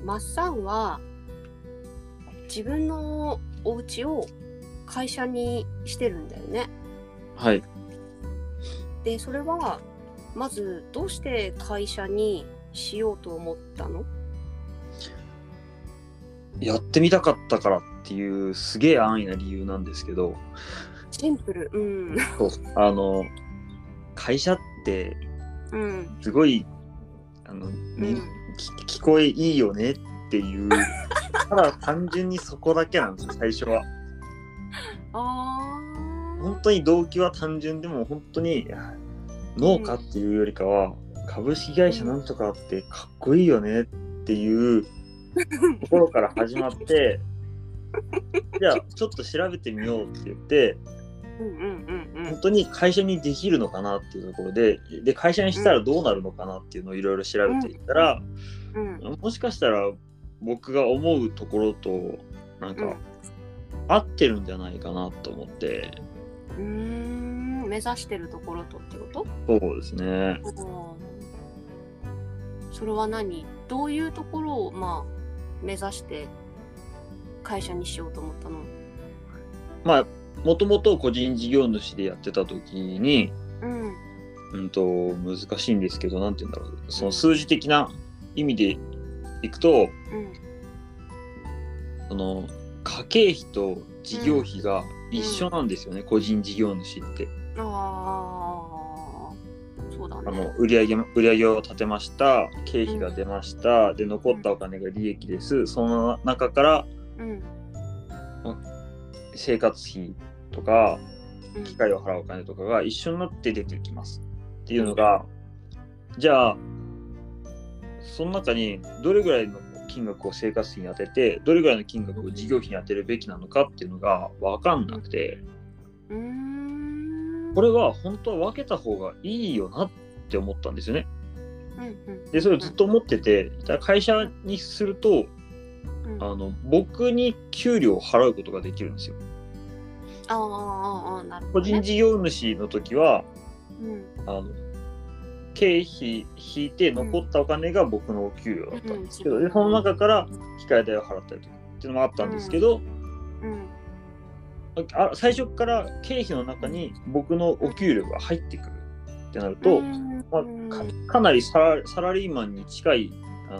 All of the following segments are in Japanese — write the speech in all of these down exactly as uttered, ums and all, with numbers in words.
マッサンは自分のお家を会社にしてるんだよね。 はい。 で、それはまずどうして会社にしようと思ったの？ やってみたかったからっていうすげえ安易な理由なんですけど、 シンプル。うん。 そうあの会社ってうん。 すごいあの、みうん。 き聞こえいいよねっていうただ単純にそこだけなんですよ最初は。 あ本当に動機は単純でも本当にいや農家っていうよりかは、株式会社なんとかってかっこいいよねっていうところから始まってじゃあちょっと調べてみようって言って、 うんうんうんうん、 本当に会社にできるのかなっていうところで、で会社にしたらどうなるのかなっていうのをいろいろ調べていったら、 うんうん、 もしかしたら僕が思うところとなんか合ってるんじゃないかなと思って、 うーん、目指してるところとってこと？ そうですね。 うん、それは何？どういうところをまあ目指して会社にしようと思ったの？ まあもともと個人事業主でやってた時に、 うん、 うんと難しいんですけど、なんて言うんだろう、その数字的な意味でいくと、 うん、 その家計費と事業費が一緒なんですよね、うん、個人事業主って。 ああ、そうだね。 あの売上売上を立てました、経費が出ました、うん、で残ったお金が利益です。その中から、うん、生活費とか機械を払うお金とかが一緒になって出てきますっていうのが、うん、じゃあその中にどれぐらいの金額を生活費に当ててどれぐらいの金額を事業費に当てるべきなのかっていうのが分かんなくて、うーん、これは本当は分けた方がいいよなって思ったんですよね。うんうん、でそれをずっと思ってて、会社にすると、うん、あの僕に給料を払うことができるんですよ。 ああ、なるほどね。 個人事業主の時は、うん、あの経費引いて残ったお金が僕のお給料だったんですけど、うん、でその中から機械代を払ったりとかっていうのもあったんですけど、うんうん、あ最初から経費の中に僕のお給料が入ってくるってなると、うんまあ、か, かなりサ ラ, サラリーマンに近いあの、うん、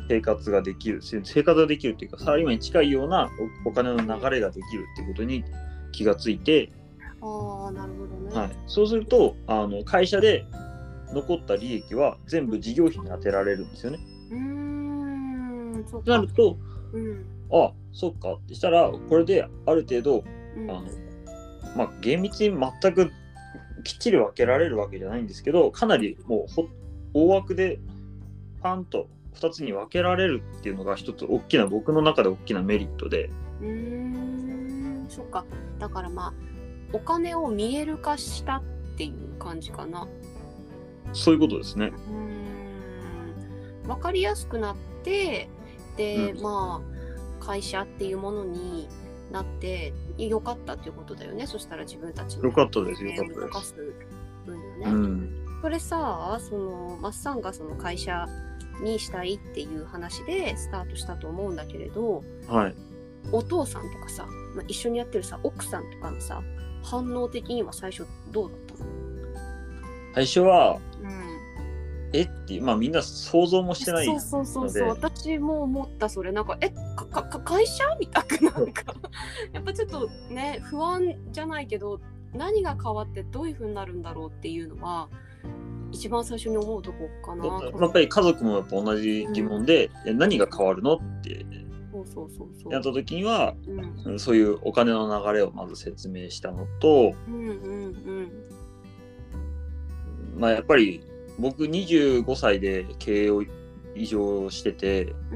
生活ができる生活ができるっていうかサラリーマンに近いような お, お金の流れができるっていうことに気がついて、 あ、なるほどね。 はい、そうするとあの会社で残った利益は全部事業費に充てられるんですよね。 うーん、そっか。 なると、うん、あ、そっかってしたらこれである程度、うん、あのまあ厳密に全くきっちり分けられるわけじゃないんですけど、かなりもうほ大枠でパンとふたつに分けられるっていうのが一つ大きな僕の中で大きなメリットで。 うーん、そっか。だからまあお金を見える化したっていう感じかな。 そういうことですね。うーん、分かりやすくなってで、うん、まあ会社っていうものになってよかったっていうことだよね。そしたら自分たちのよかったですよかったです動かす分よね、 うん、 それさ、そのマッサンがその会社にしたいっていう話でスタートしたと思うんだけれど、 はい、 お父さんとかさ、まあ、一緒にやってるさ奥さんとかのさ反応的には最初どうだったの？ 最初は、うん、えっていう、まあみんな想像もしてないので。 そうそうそうそう、私も思ったそれ。なんかえかか会社みたくなんかやっぱちょっとね不安じゃないけど何が変わってどういう風になるんだろうっていうのは一番最初に思うとこかな。 やっぱり家族もやっぱ同じ疑問で、うん、何が変わるのってそうそうそうそうやった時には、うん、そういうお金の流れをまず説明したのと、 うんうんうん、 まあやっぱり僕にじゅうごさいで経営を移譲してて、うん、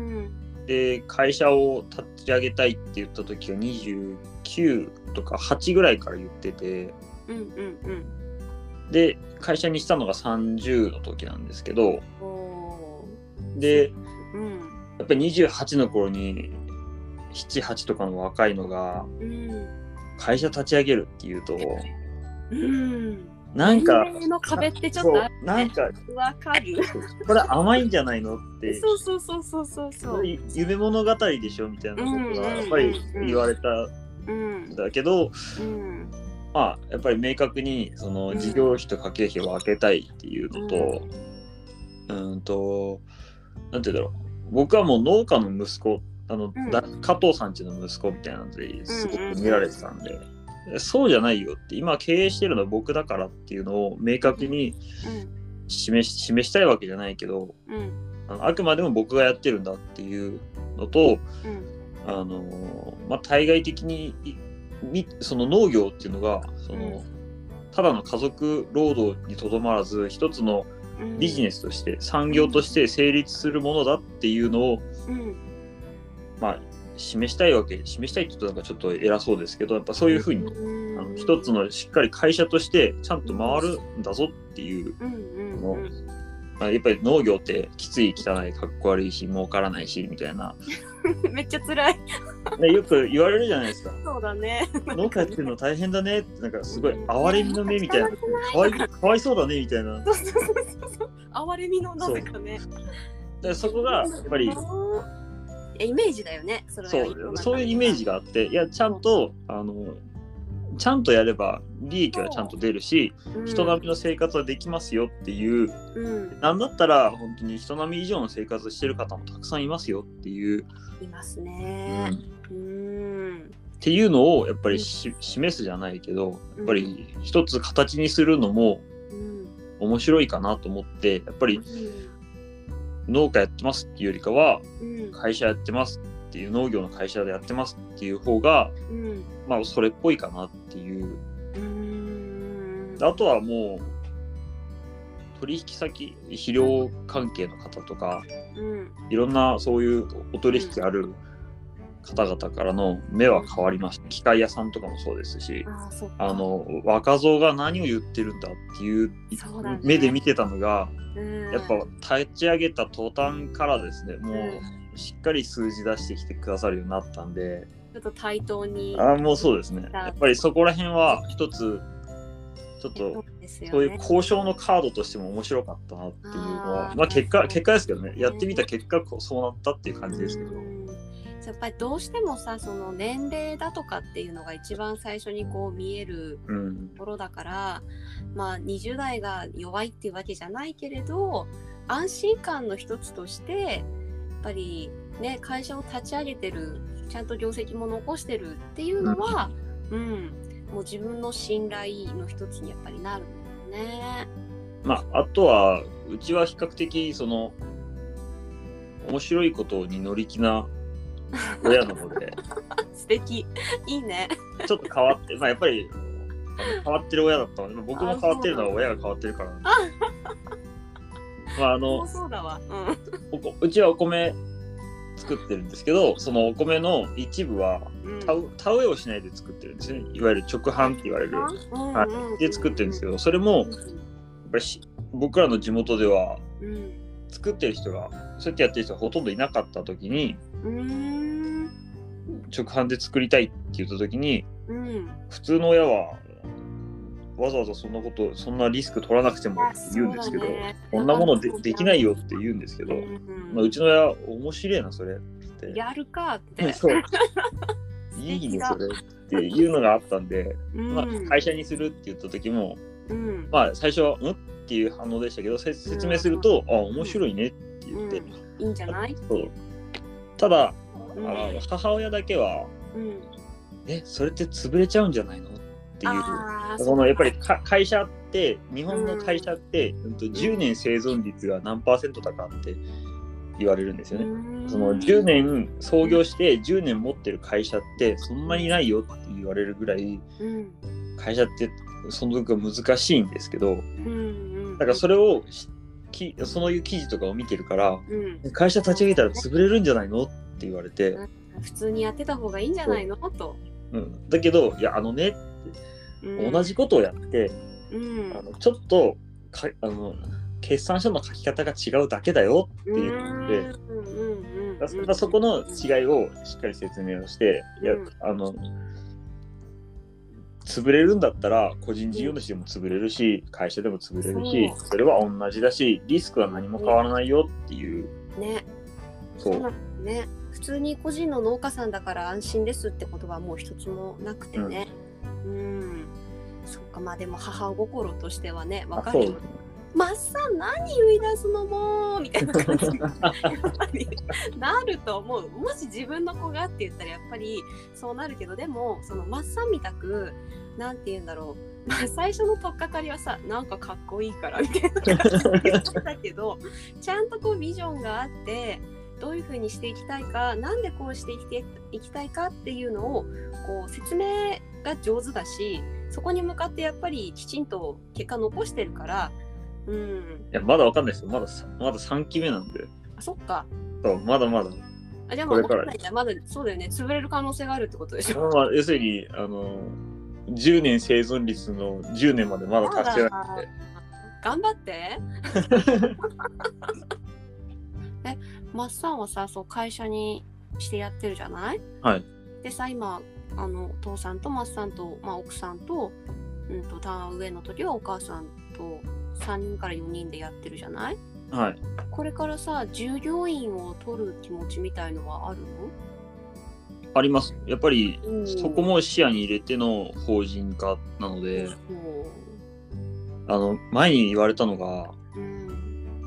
で会社を立ち上げたいって言った時はにじゅうきゅうとかはちぐらいから言ってて、うんうんうん、で会社にしたのがさんじゅうの時なんですけど、で、うん、やっぱりにじゅうはちの頃になな、はちとかの若いのが、うん、会社立ち上げるっていうと、うん、 なんか年齢の壁ってちょっとある、 そうなんかわかる。 これ甘いんじゃないのってそうそうそうそうそうそう。 夢物語でしょみたいなことがやっぱり言われたんだけど、 うんうんまあやっぱり明確にその事業費と家計費を分けたいっていうのと、うん、うんとなんていうんだろう、僕はもう農家の息子、あの、 うん、 だ加藤さんちの息子みたいなのですごく見られてたんで、うんうん、そうじゃないよって、今経営してるのは僕だからっていうのを明確に示し、示したいわけじゃないけど、うん、あのあくまでも僕がやってるんだっていうのと、うん、あのまあ、対外的にその農業っていうのがその、うん、ただの家族労働にとどまらず一つのビジネスとして産業として成立するものだっていうのを、うん、まあ示したいわけ、示したいって言うとなんかちょっと偉そうですけど、やっぱそういうふうに、うん、あの一つのしっかり会社としてちゃんと回るんだぞっていうの、うんうん、まあ、やっぱり農業ってきつい汚いかっこ悪いし儲からないしみたいなめっちゃ辛いね、よく言われるじゃないですか。 そうだね。 農家やってるの大変だねって、なんかすごい哀れみの目みたいな、かわいかわいそうだねみたいな。 そうそうそうそう、哀れみのなぜかね。 でそこがやっぱりイメージだよね。それはそうそういうイメージがあって、いやちゃんとあのちゃんとやれば利益はちゃんと出るし、うん、人並みの生活はできますよっていう、うん、なんだったら本当に人並み以上の生活してる方もたくさんいますよっていういますね、うん、 っていうのをやっぱりし、うん、示すじゃないけどやっぱり一つ形にするのも面白いかなと思ってやっぱり農家やってますっていうよりかは会社やってますっていう農業の会社でやってますっていう方が、うん、まあそれっぽいかなっていう。うーん、あとはもう取引先肥料関係の方とか、うん、いろんなそういうお取引ある方々からの目は変わりました。機械屋さんとかもそうですし、ああの若造が何を言ってるんだっていう目で見てたのが、ね、やっぱ立ち上げた途端からですね、もう、うんしっかり数字出してきてくださるようになったんで、 ちょっと対等にあもうそうですね。やっぱりそこら辺は一つちょっとそういう交渉のカードとしても面白かったなっていうのは、まあ結果結果ですけどね、やってみた結果そうなったっていう感じですけど。 やっぱりどうしてもさその年齢だとかっていうのが一番最初にこう見えるところだから、うん、まあにじゅう代が弱いっていうわけじゃないけれど安心感の一つとしてやっぱりね会社を立ち上げてるちゃんと業績も残してるっていうのは、うん、うん、もう自分の信頼の一つにやっぱりなるんだよね。 まああとはうちは比較的その面白いことに乗り気な親なので素敵いいね。 ちょっと変わってまあやっぱり変わってる親だったので僕も変わってるのは親が変わってるからまああのそうだわ、 うん、うちはお米作ってるんですけどそのお米の一部は田、うん、田植えをしないで作ってるんですね。いわゆる直販って言われる、うんはい、で作ってるんですけどそれもやっぱり僕らの地元では作ってる人がそうやってやってる人がほとんどいなかった時に、うん、直販で作りたいって言った時に、うん、普通の親はわざわざそんなことそんなリスク取らなくてもって言うんですけど、ね、こんなもの で, できないよって言うんですけど、うんまあ、うちの親面白いなそれってやるかってそういいねそれっていうのがあったんで、うんまあ、会社にするって言った時も、うん、まあ最初はうんっていう反応でしたけど説明すると、うん、あ面白いねって言って、 うん、いいんじゃないそうただ、うん、あ母親だけは、うん、えそれって潰れちゃうんじゃないのっていうそのやっぱりか会社って日本の会社って、うん、じゅうねん生存率が何パーセントだかって言われるんですよね。そのじゅうねん創業してじゅうねん持ってる会社ってそんなにないよって言われるぐらい、うん、会社ってその時は難しいんですけど、うん、だからそれをきそういう記事とかを見てるから、うん、会社立ち上げたら潰れるんじゃないのって言われて、 普通にやってた方がいいんじゃないのと、 うん、だけどいやあのねうん、同じことをやって、うん、あのちょっとかあの決算書の書き方が違うだけだよって言って、だそこの違いをしっかり説明をして、うん、いやあの潰れるんだったら個人事業主でも潰れるし、会社でも潰れるし、それは同じだし、リスクは何も変わらないよっていう。 ね。 そう。 そうね。普通に個人の農家さんだから安心ですってことはもう一つもなくてね。うん。うんそっか、まあでも母心としてはね、分かるよ。マッサン何言い出すのもみたいな感じにやっぱりなると思う。もし自分の子がって言ったらやっぱりそうなるけど、でもそのマッサンみたくなんて言うんだろう、まあ、最初の取っかかりはさ、なんかかっこいいからみたいな感じで言ってたけどちゃんとこうビジョンがあって、どういう風にしていきたいか、なんでこうしていきていきたいかっていうのをこう説明が上手だし、そこに向かってやっぱりきちんと結果残してるから、うん、 いやまだわかんないですよ。まだまださんきめなんで。 あ、そっか。 そうまだまだ。 あ、じゃあまあ、まだそうだよね。潰れる可能性があるってことでしょ。 まあ、要するにあのじゅうねん生存率のじゅうねんまでまだ達してなくて。 頑張って。え、マッサンはさ、そう会社にしてやってるじゃない？ はい。 でさ、今あのお父さんとマッサンと、まあ、奥さんと、うんと田植えの時はお母さんとさんにんからよにんでやってるじゃない？ はい。 これからさ、従業員を取る気持ちみたいのはあるの？ あります。やっぱりそこも視野に入れての法人化なので、あの前に言われたのが、うん、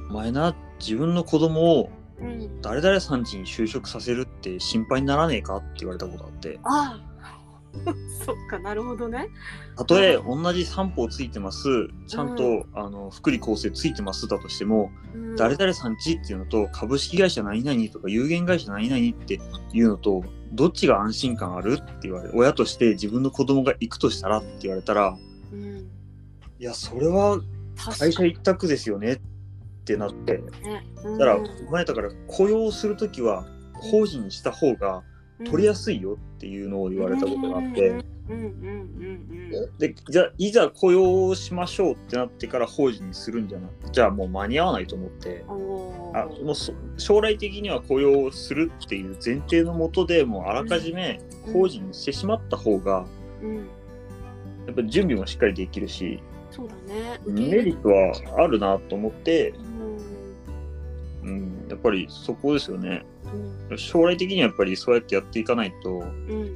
前な自分の子供を誰々さん家に就職させるって心配にならねえかって言われたことがあって。 ああそっか、なるほどね。 たとえ同じ三方ついてます、ちゃんと、うん、あの福利厚生ついてますだとしても、うん、誰々さんちっていうのと株式会社何々とか有限会社何々っていうのとどっちが安心感あるって言われる。親として自分の子供が行くとしたらって言われたら、うん、いやそれは会社一択ですよねってなって、うん、だから前だから雇用するときは法人にした方が取りやすいよっていうのを言われたことがあって、でじゃあいざ雇用しましょうってなってから法人にするんじゃなくて、じゃあもう間に合わないと思って、あもう将来的には雇用するっていう前提のもとでもうあらかじめ法人にしてしまった方が、うん、やっぱり準備もしっかりできるし、 そうだね、 メリットはあるなと思って、うんうん、やっぱりそこですよね。うん、将来的にはやっぱりそうやってやっていかないと、うん、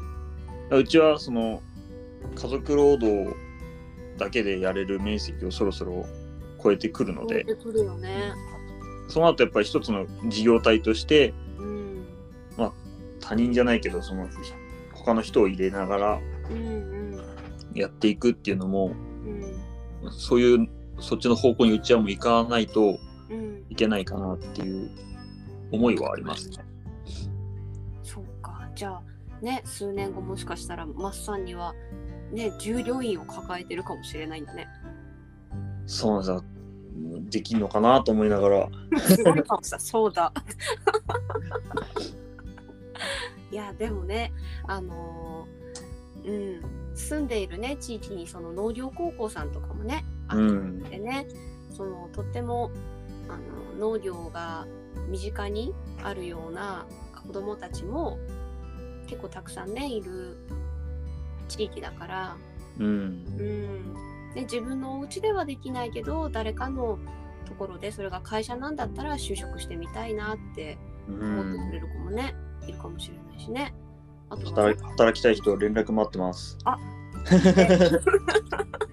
うちはその家族労働だけでやれる面積をそろそろ超えてくるので、 超えてくるよね。 その後やっぱり一つの事業体として、うん、まあ他人じゃないけどその他の人を入れながらやっていくっていうのも、うん、そういうそっちの方向にうちはもう行かないといけないかなっていう思いはありますね。 そうか、じゃあね、数年後もしかしたらマッサンにはね従業員を抱えてるかもしれないんだね。 そうなんだ、できんのかなと思いながら。 すごい顔した。そうだ。いやでもね、あのー、うん住んでいるね地域にその農業高校さんとかもねあってね、うん、そのとってもあの農業が身近にあるような子どもたちも結構たくさんねいる地域だから、うんうんで自分のお家ではできないけど誰かのところでそれが会社なんだったら就職してみたいなって思ってくれる子もね、うん、いるかもしれないしね。 あとは働き、働きたい人連絡待ってます。 あ